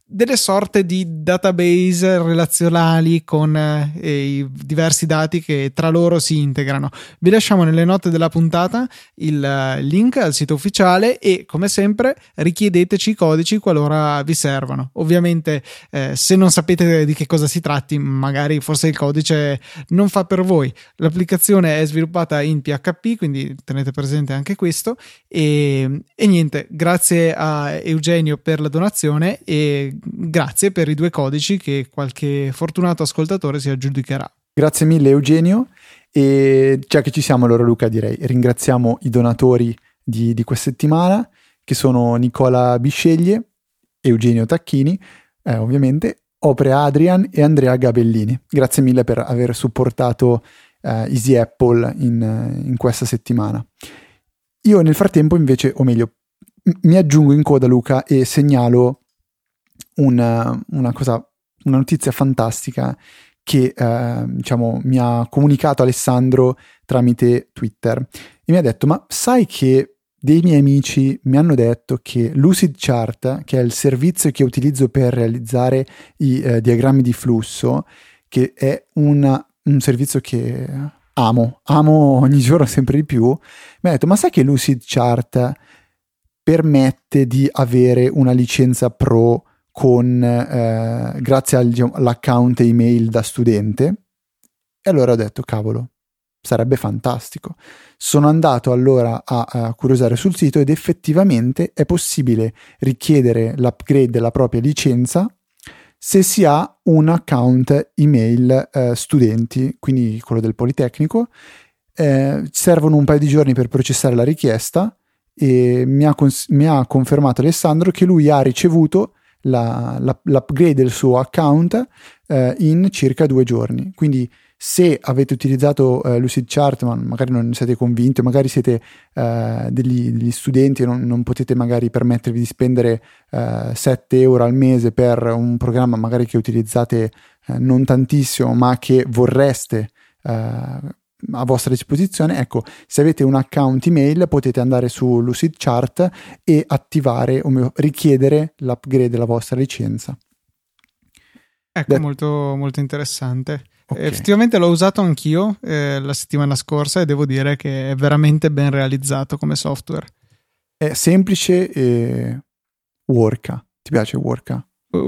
delle sorte di database relazionali con eh, i diversi dati che tra loro si integrano. Vi lasciamo nelle note della puntata il uh, link al sito ufficiale e come sempre richiedeteci i codici qualora vi servano. Ovviamente eh, se non sapete di che cosa si tratti, magari forse il codice non fa per voi. L'applicazione è sviluppata in P H P, quindi tenete presente anche questo e, e niente, grazie a Eugenio per la donazione e grazie per i due codici che qualche fortunato ascoltatore si aggiudicherà. Grazie mille Eugenio, e già che ci siamo allora Luca direi ringraziamo i donatori di, di questa settimana che sono Nicola Bisceglie, Eugenio Tacchini, eh, ovviamente Opre Adrian e Andrea Gabellini. Grazie mille per aver supportato eh, Easy Apple in, in questa settimana. Io nel frattempo invece, o meglio, mi aggiungo in coda Luca e segnalo una, una cosa, una notizia fantastica che eh, diciamo mi ha comunicato Alessandro tramite Twitter e mi ha detto: ma sai che dei miei amici mi hanno detto che Lucidchart, che è il servizio che utilizzo per realizzare i eh, diagrammi di flusso, che è una, un servizio che amo, amo ogni giorno sempre di più, mi ha detto: ma sai che Lucidchart permette di avere una licenza pro con eh, grazie al, diciamo, all'account email da studente? E allora ho detto: cavolo, sarebbe fantastico. Sono andato allora a, a curiosare sul sito ed effettivamente è possibile richiedere l'upgrade della propria licenza se si ha un account email eh, studenti, quindi quello del Politecnico. Eh, servono un paio di giorni per processare la richiesta e mi ha, cons- mi ha confermato Alessandro che lui ha ricevuto la, la, l'upgrade del suo account eh, in circa due giorni. Quindi se avete utilizzato eh, Lucidchart ma magari non siete convinti, o magari siete eh, degli, degli studenti e non, non potete magari permettervi di spendere eh, sette euro al mese per un programma magari che utilizzate eh, non tantissimo ma che vorreste eh, a vostra disposizione, ecco, se avete un account email potete andare su Lucidchart e attivare o richiedere l'upgrade della vostra licenza. Ecco, De- molto, molto interessante. Okay. Effettivamente l'ho usato anch'io eh, la settimana scorsa e devo dire che è veramente ben realizzato come software. È semplice e worka. Ti piace worka?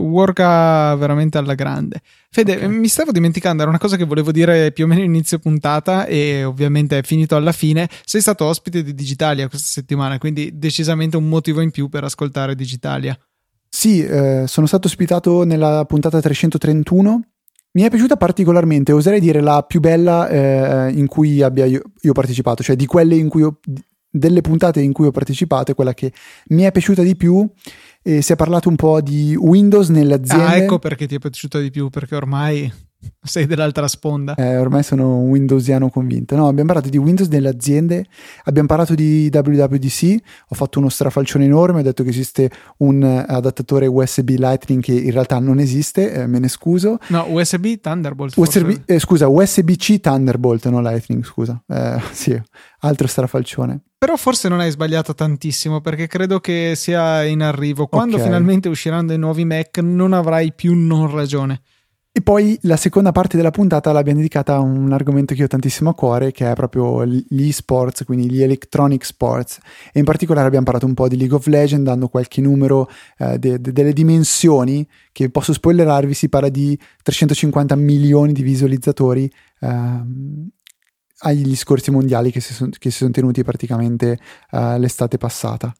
Worka veramente alla grande. Fede, okay. Mi stavo dimenticando, era una cosa che volevo dire più o meno inizio puntata e ovviamente è finito alla fine. Sei stato ospite di Digitalia questa settimana, quindi decisamente un motivo in più per ascoltare Digitalia. Sì, eh, sono stato ospitato nella puntata trecentotrentuno. Mi è piaciuta particolarmente, oserei dire la più bella eh, in cui abbia io, io partecipato, cioè di quelle in cui ho, delle puntate in cui ho partecipato è quella che mi è piaciuta di più. E si è parlato un po' di Windows nelle aziende. Ah, ecco perché ti è piaciuta di più, perché ormai sei dell'altra sponda. Eh, ormai sono un windowsiano convinto. No, abbiamo parlato di Windows nelle aziende, abbiamo parlato di W W D C, ho fatto uno strafalcione enorme, ho detto che esiste un adattatore U S B Lightning che in realtà non esiste, eh, me ne scuso. No, U S B Thunderbolt. U S B, eh, scusa, U S B C Thunderbolt, non Lightning, scusa. Eh, sì, altro strafalcione. Però forse non hai sbagliato tantissimo, perché credo che sia in arrivo. Quando okay. finalmente usciranno i nuovi Mac non avrai più non ragione. E poi la seconda parte della puntata l'abbiamo dedicata a un argomento che ho tantissimo a cuore, che è proprio gli esports, quindi gli electronic sports. E in particolare abbiamo parlato un po' di League of Legends, dando qualche numero eh, de- de- delle dimensioni, che posso spoilerarvi, si parla di trecentocinquanta milioni di visualizzatori ehm, agli scorsi mondiali che si, son, che si sono tenuti praticamente uh, l'estate passata.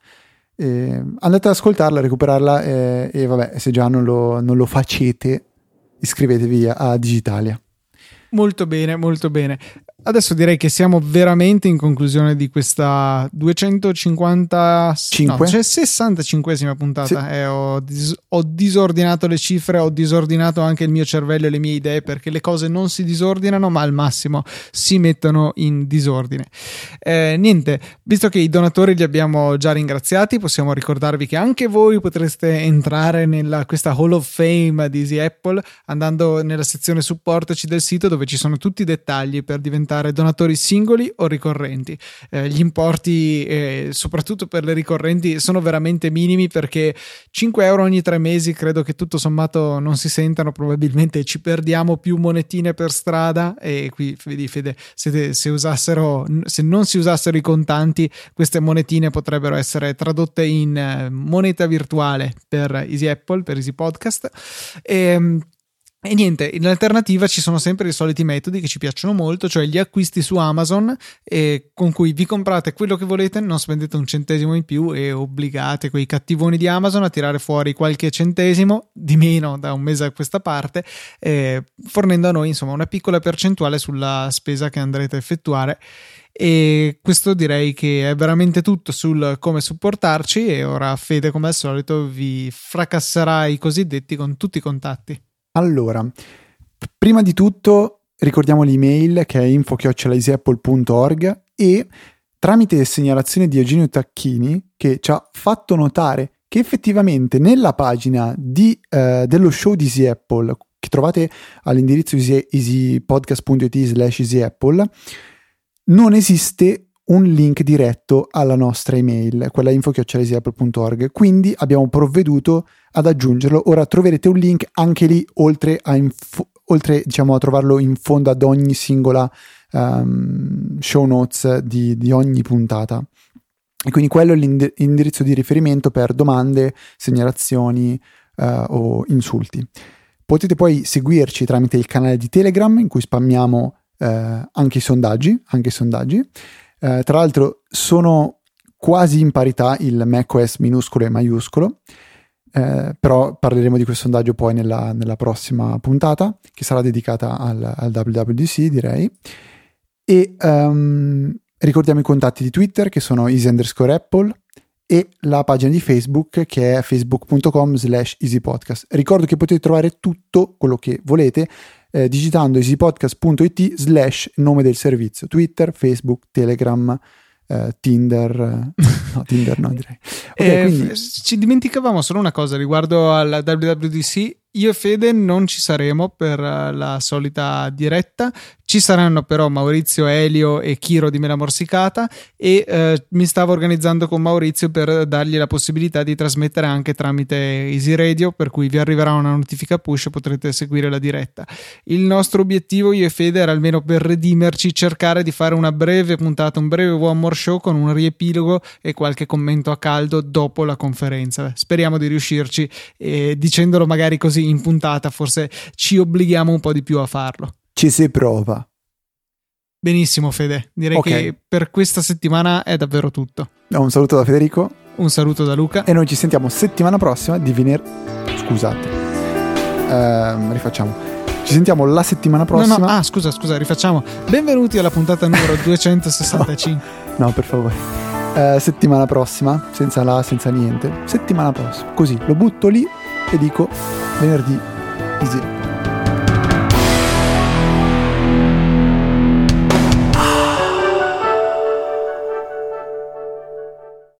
E andate ad ascoltarla, a recuperarla e, e vabbè, se già non lo, non lo facete, iscrivetevi a Digitalia. Molto bene, molto bene. Adesso direi che siamo veramente in conclusione di questa duecentocinquanta no, cioè sessantacinquesima puntata. Sì. Eh, ho, dis- ho disordinato le cifre, ho disordinato anche il mio cervello e le mie idee, perché le cose non si disordinano ma al massimo si mettono in disordine. Eh, niente, visto che i donatori li abbiamo già ringraziati, possiamo ricordarvi che anche voi potreste entrare nella questa Hall of Fame di Easy Apple andando nella sezione supportaci del sito, dove ci sono tutti i dettagli per diventare diventare donatori singoli o ricorrenti. Eh, gli importi, eh, soprattutto per le ricorrenti, sono veramente minimi, perché cinque euro ogni tre mesi credo che tutto sommato non si sentano, probabilmente ci perdiamo più monetine per strada, e qui vedi Fede, se, se usassero se non si usassero i contanti, queste monetine potrebbero essere tradotte in eh, moneta virtuale per Easy Apple, per Easy Podcast. E, e niente, in alternativa ci sono sempre i soliti metodi che ci piacciono molto, cioè gli acquisti su Amazon, e con cui vi comprate quello che volete, non spendete un centesimo in più e obbligate quei cattivoni di Amazon a tirare fuori qualche centesimo di meno da un mese a questa parte, eh, fornendo a noi insomma una piccola percentuale sulla spesa che andrete a effettuare. E questo direi che è veramente tutto sul come supportarci, e ora Fede, come al solito, vi fracasserà i cosiddetti con tutti i contatti. Allora, prima di tutto ricordiamo l'email, che è info chiocciola easyapple punto org, e tramite segnalazione di Eugenio Tacchini, che ci ha fatto notare che effettivamente nella pagina di, eh, dello show di Easy Apple, che trovate all'indirizzo easy, easypodcast punto it slash easyapple, non esiste un link diretto alla nostra email, quella info chiocciola easyapple punto org, quindi abbiamo provveduto ad aggiungerlo. Ora troverete un link anche lì, oltre a, info, oltre, diciamo, a trovarlo in fondo ad ogni singola um, show notes di, di ogni puntata, e quindi quello è l'indirizzo di riferimento per domande, segnalazioni uh, o insulti. Potete poi seguirci tramite il canale di Telegram, in cui spammiamo uh, anche i sondaggi, anche i sondaggi. Uh, tra l'altro sono quasi in parità il macOS minuscolo e maiuscolo, uh, però parleremo di questo sondaggio poi nella, nella prossima puntata, che sarà dedicata al, al W W D C, direi. E um, ricordiamo i contatti di Twitter, che sono easy underscore apple, e la pagina di Facebook, che è facebook punto com slash easypodcast. Ricordo che potete trovare tutto quello che volete Eh, digitando easypodcast punto it slash nome del servizio: Twitter, Facebook, Telegram, eh, Tinder eh, no Tinder no direi okay, eh, quindi... ci dimenticavamo solo una cosa riguardo al W W D C. Io e Fede non ci saremo per la solita diretta, ci saranno però Maurizio, Elio e Chiro di Mela Morsicata, e eh, mi stavo organizzando con Maurizio per dargli la possibilità di trasmettere anche tramite Easy Radio, per cui vi arriverà una notifica push e potrete seguire la diretta. Il nostro obiettivo, io e Fede, era, almeno per redimerci, cercare di fare una breve puntata, un breve one more show con un riepilogo e qualche commento a caldo dopo la conferenza. Speriamo di riuscirci, e dicendolo magari così in puntata forse ci obblighiamo un po' di più a farlo. Ci si prova. Benissimo Fede, direi okay. che per questa settimana è davvero tutto. Un saluto da Federico, un saluto da Luca, e noi ci sentiamo settimana prossima di venerdì. Scusate, uh, rifacciamo. Ci sentiamo la settimana prossima. No, no, ah, scusa, scusa, rifacciamo. Benvenuti alla puntata numero duecentosessantacinque. No, no, per favore. Uh, settimana prossima, senza la, senza niente. Settimana prossima, così lo butto lì e dico venerdì easy.